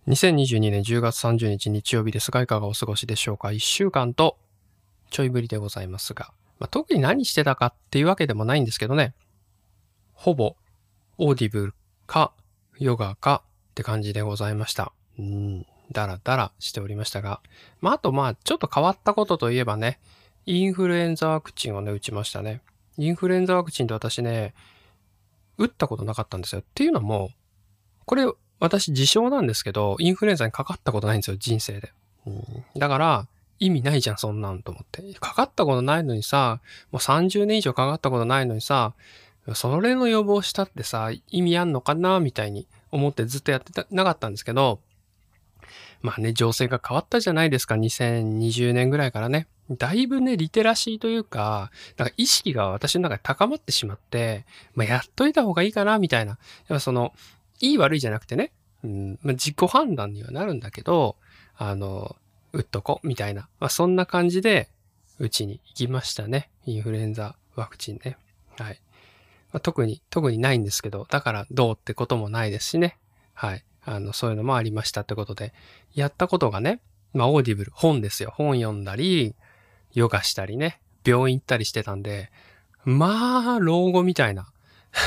2022年10月30日日曜日ですが、いかがお過ごしでしょうか。1週間とちょいぶりでございますが、特に何してたかっていうわけでもないんですけどね、ほぼオーディブルかヨガかって感じでございました。だらだらしておりましたが、あとちょっと変わったことといえばね、インフルエンザワクチンをね、打ちましたね。インフルエンザワクチンって私ね、打ったことなかったんですよ。っていうのも、これ私自称なんですけど、インフルエンザにかかったことないんですよ、人生で。だから、意味ないじゃん、そんなんと思って。かかったことないのにさ、もう30年以上かかったことないのにさ、それの予防したってさ、意味あんのかなみたいに思ってずっとやってなかったんですけど、情勢が変わったじゃないですか、2020年ぐらいからね。だいぶね、リテラシーというか、なんか意識が私の中で高まってしまって、やっといた方がいいかな、みたいな。やっぱいい悪いじゃなくてね、自己判断にはなるんだけど、打っとこ、みたいな。そんな感じで、うちに行きましたね。インフルエンザワクチンね。はい。特にないんですけど、だからどうってこともないですしね。はい。そういうのもありましたってことで、やったことがね、オーディブル、本ですよ。本読んだり、ヨガしたりね、病院行ったりしてたんで、老後みたいな。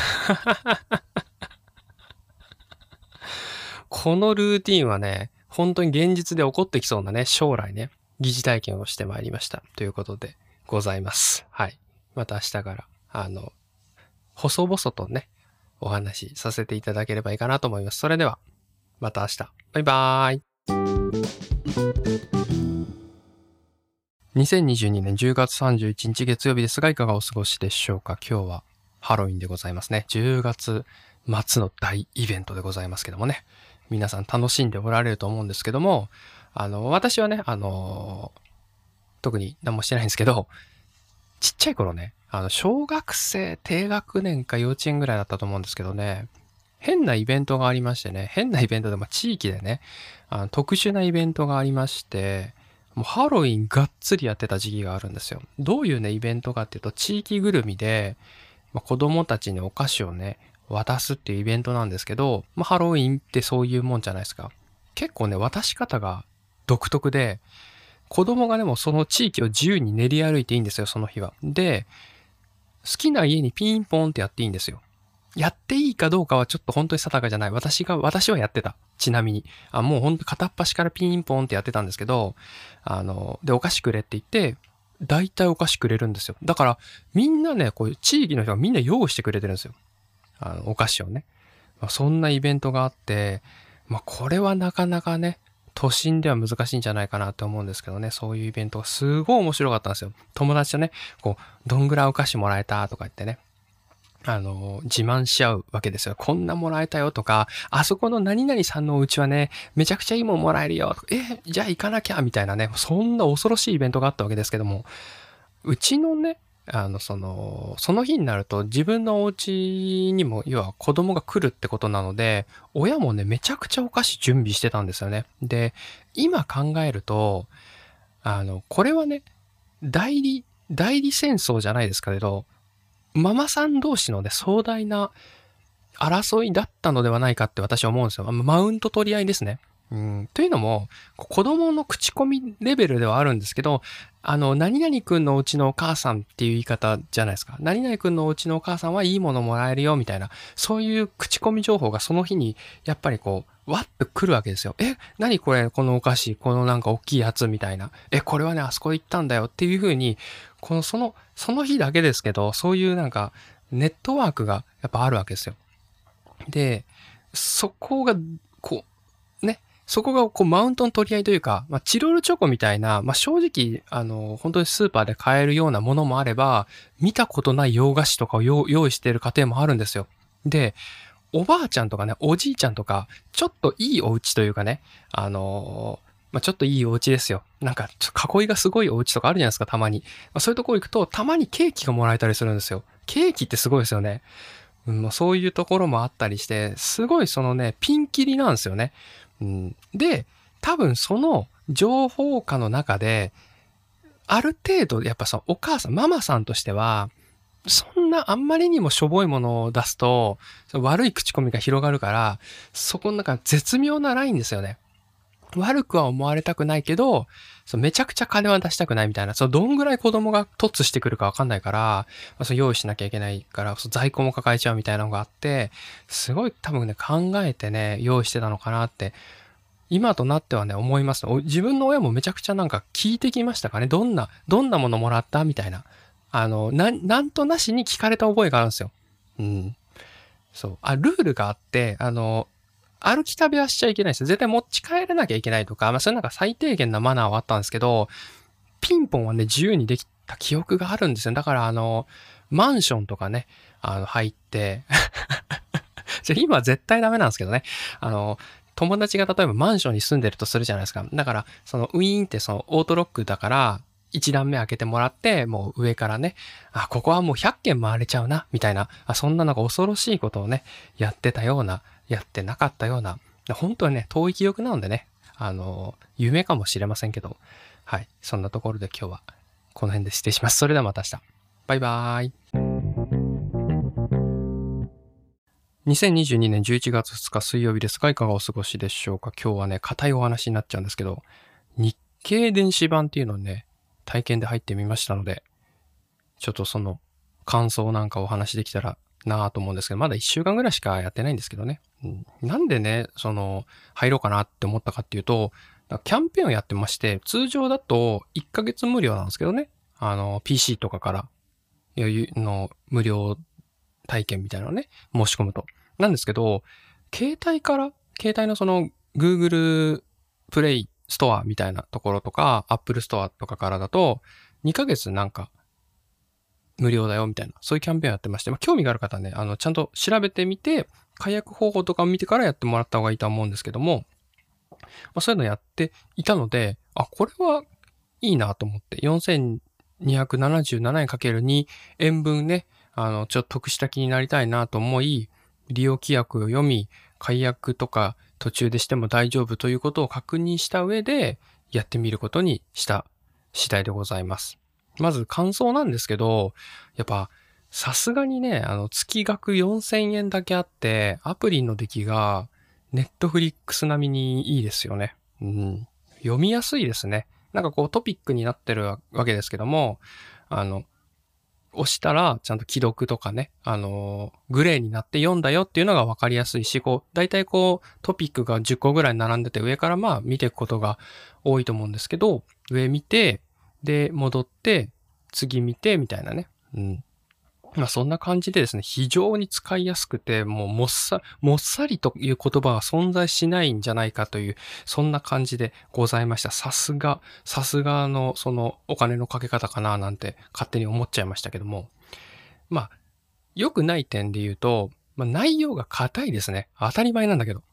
このルーティンはね、本当に現実で起こってきそうなね、将来ね、疑似体験をしてまいりました。ということでございます。はい。また明日から、細々とね、お話しさせていただければいいかなと思います。それでは、また明日。バイバーイ。2022年10月31日月曜日ですが、いかがお過ごしでしょうか。今日はハロウィンでございますね。10月末の大イベントでございますけどもね。皆さん楽しんでおられると思うんですけども、私はね、特に何もしてないんですけど、ちっちゃい頃ね、小学生低学年か幼稚園ぐらいだったと思うんですけどね、変なイベントがありましてね、変なイベントで、地域でね、特殊なイベントがありまして、もうハロウィンがっつりやってた時期があるんですよ。どういうね、イベントかっていうと、地域ぐるみで、子供たちにお菓子をね、渡すっていうイベントなんですけど、ハロウィンってそういうもんじゃないですか。結構ね、渡し方が独特で、子供がね、もうその地域を自由に練り歩いていいんですよ、その日は。で、好きな家にピンポンってやっていいんですよ。やっていいかどうかはちょっと本当に定かじゃない。私はやってた。ちなみに。もう本当片っ端からピンポンってやってたんですけど、で、お菓子くれって言って、大体お菓子くれるんですよ。だから、みんなね、こういう地域の人がみんな用意してくれてるんですよ。お菓子をね。そんなイベントがあって、これはなかなかね、都心では難しいんじゃないかなって思うんですけどね、そういうイベントがすごい面白かったんですよ。友達とね、こう、どんぐらいお菓子もらえたとか言ってね、自慢し合うわけですよ。こんなもらえたよとか、あそこの何々さんのお家はね、めちゃくちゃいいもんもらえるよとか、じゃあ行かなきゃみたいなね、そんな恐ろしいイベントがあったわけですけども、うちのね、その日になると自分のお家にも、要は子供が来るってことなので、親もね、めちゃくちゃお菓子準備してたんですよね。で、今考えると、これはね、代理戦争じゃないですけれど、ママさん同士のね、壮大な争いだったのではないかって私は思うんですよ。マウント取り合いですね。というのも、子供の口コミレベルではあるんですけど、何々くんのうちのお母さんっていう言い方じゃないですか。何々くんのうちのお母さんはいいものもらえるよみたいな、そういう口コミ情報がその日に、やっぱりこう、わっと来るわけですよ。何これこのお菓子、このなんか大きいやつみたいな。これはね、あそこ行ったんだよっていう風に、その日だけですけど、そういうなんか、ネットワークがやっぱあるわけですよ。で、そこが、こう、ね、そこがこうマウントの取り合いというか、チロルチョコみたいな、正直、本当にスーパーで買えるようなものもあれば、見たことない洋菓子とかを用意している家庭もあるんですよ。で、おばあちゃんとかね、おじいちゃんとか、ちょっといいお家というかね、ちょっといいお家ですよ。なんか、囲いがすごいお家とかあるじゃないですか、たまに。そういうとこ行くと、たまにケーキがもらえたりするんですよ。ケーキってすごいですよね。そういうところもあったりして、すごいそのね、ピンキリなんですよね。で、多分その情報下の中で、ある程度、やっぱお母さん、ママさんとしては、そんなあんまりにもしょぼいものを出すと、悪い口コミが広がるから、そこの中絶妙なラインですよね。 悪くは思われたくないけど、めちゃくちゃ金は出したくないみたいな、どんぐらい子供が突してくるかわかんないから、用意しなきゃいけないから、在庫も抱えちゃうみたいなのがあって、すごい多分ね、考えてね、用意してたのかなって、今となってはね、思います。自分の親もめちゃくちゃなんか聞いてきましたかね。どんなものもらったみたいな。なんとなしに聞かれた覚えがあるんですよ。うん。そう。ルールがあって、歩き旅はしちゃいけないです。絶対持ち帰らなきゃいけないとか、そういうなんか最低限なマナーはあったんですけど、ピンポンはね、自由にできた記憶があるんですよ。だからマンションとかね、入って今は絶対ダメなんですけどね。友達が例えばマンションに住んでるとするじゃないですか。だから、ウィーンってオートロックだから、一段目開けてもらって、もう上からね、ここはもう100軒回れちゃうな、みたいな、そんなのが恐ろしいことをね、やってたような、やってなかったような、本当にね、遠い記憶なのでね、夢かもしれませんけど、はい。そんなところで今日は、この辺で失礼します。それではまた明日。バイバーイ。2022年11月2日水曜日ですが、いかがお過ごしでしょうか。今日はね、硬いお話になっちゃうんですけど、日経電子版っていうのをね、体験で入ってみましたので、ちょっとその感想なんかお話できたらなぁと思うんですけど、まだ1週間ぐらいしかやってないんですけどね。なんでね、入ろうかなって思ったかっていうと、キャンペーンをやってまして、通常だと1ヶ月無料なんですけどね。PC とかからの無料体験みたいなのね、申し込むと。なんですけど、携帯のGoogle プレイストアみたいなところとか、Apple ストアとかからだと、2ヶ月なんか無料だよみたいな、そういうキャンペーンやってまして、興味がある方はね、ちゃんと調べてみて、解約方法とかを見てからやってもらった方がいいと思うんですけども、そういうのやっていたので、これはいいなと思って、4277円かける2円分ね、ちょっと得した気になりたいなと思い、利用規約を読み、解約とか途中でしても大丈夫ということを確認した上で、やってみることにした次第でございます。まず感想なんですけど、やっぱ、さすがにね、月額4000円だけあって、アプリの出来が、ネットフリックス並みにいいですよね。読みやすいですね。なんかトピックになってるわけですけども、押したら、ちゃんと既読とかね、グレーになって読んだよっていうのが分かりやすいし、大体トピックが10個ぐらい並んでて、上から見ていくことが多いと思うんですけど、上見て、で、戻って、次見て、みたいなね。そんな感じでですね、非常に使いやすくて、もうもっさりという言葉は存在しないんじゃないかという、そんな感じでございました。さすがのお金のかけ方かななんて勝手に思っちゃいましたけども。良くない点で言うと、内容が硬いですね。当たり前なんだけど。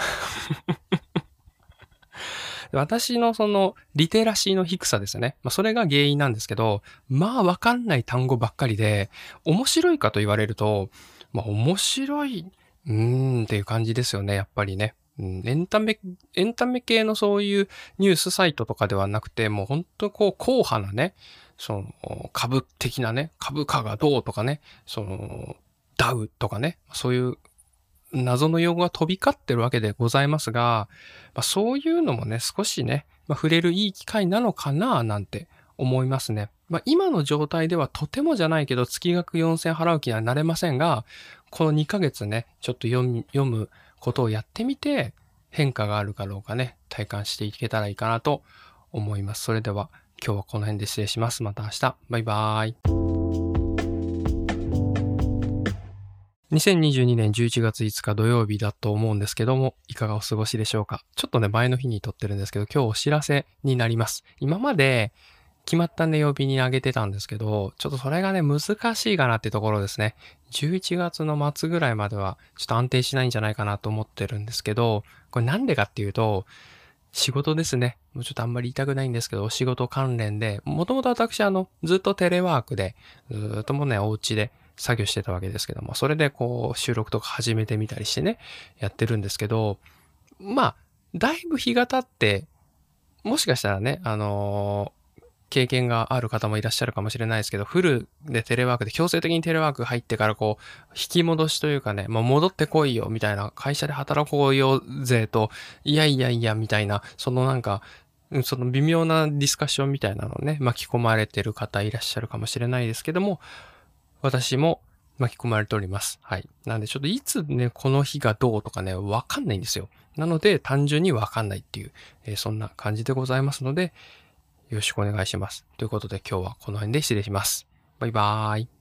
私のリテラシーの低さですね。それが原因なんですけど、わかんない単語ばっかりで、面白いかと言われると、面白い、っていう感じですよね、やっぱりね。エンタメ系のそういうニュースサイトとかではなくて、もう本当硬派なね、株的なね、株価がどうとかね、ダウとかね、そういう謎の用語が飛び交ってるわけでございますが、そういうのもね、少しね、触れるいい機会なのかななんて思いますね。今の状態ではとてもじゃないけど月額4000払う気にはなれませんが、この2ヶ月ね、ちょっと読むことをやってみて、変化があるかどうかね、体感していけたらいいかなと思います。それでは今日はこの辺で失礼します。また明日。バイバーイ。2022年11月5日土曜日だと思うんですけども、いかがお過ごしでしょうか。ちょっとね、前の日に撮ってるんですけど、今日お知らせになります。今まで決まった曜日に上げてたんですけど、ちょっとそれがね、難しいかなってところですね。11月の末ぐらいまではちょっと安定しないんじゃないかなと思ってるんですけど、これなんでかっていうと、仕事ですね。もうちょっとあんまり言いたくないんですけど、お仕事関連で、もともと私ずっとテレワークで、ずっともうね、お家で作業してたわけですけども、それで収録とか始めてみたりしてね、やってるんですけど、だいぶ日が経って、もしかしたらね、 経験がある方もいらっしゃるかもしれないですけど、フルでテレワークで強制的にテレワーク入ってからこう、引き戻しというかね、もう戻ってこいよみたいな、会社で働こうよ勢と、いやいやいやみたいな、そのなんか、その微妙なディスカッションみたいなのね、巻き込まれてる方いらっしゃるかもしれないですけども、私も巻き込まれております。はい。なんでちょっといつね、この日がどうとかね、わかんないんですよ。なので単純にわかんないっていう、そんな感じでございますので、よろしくお願いします。ということで今日はこの辺で失礼します。バイバーイ。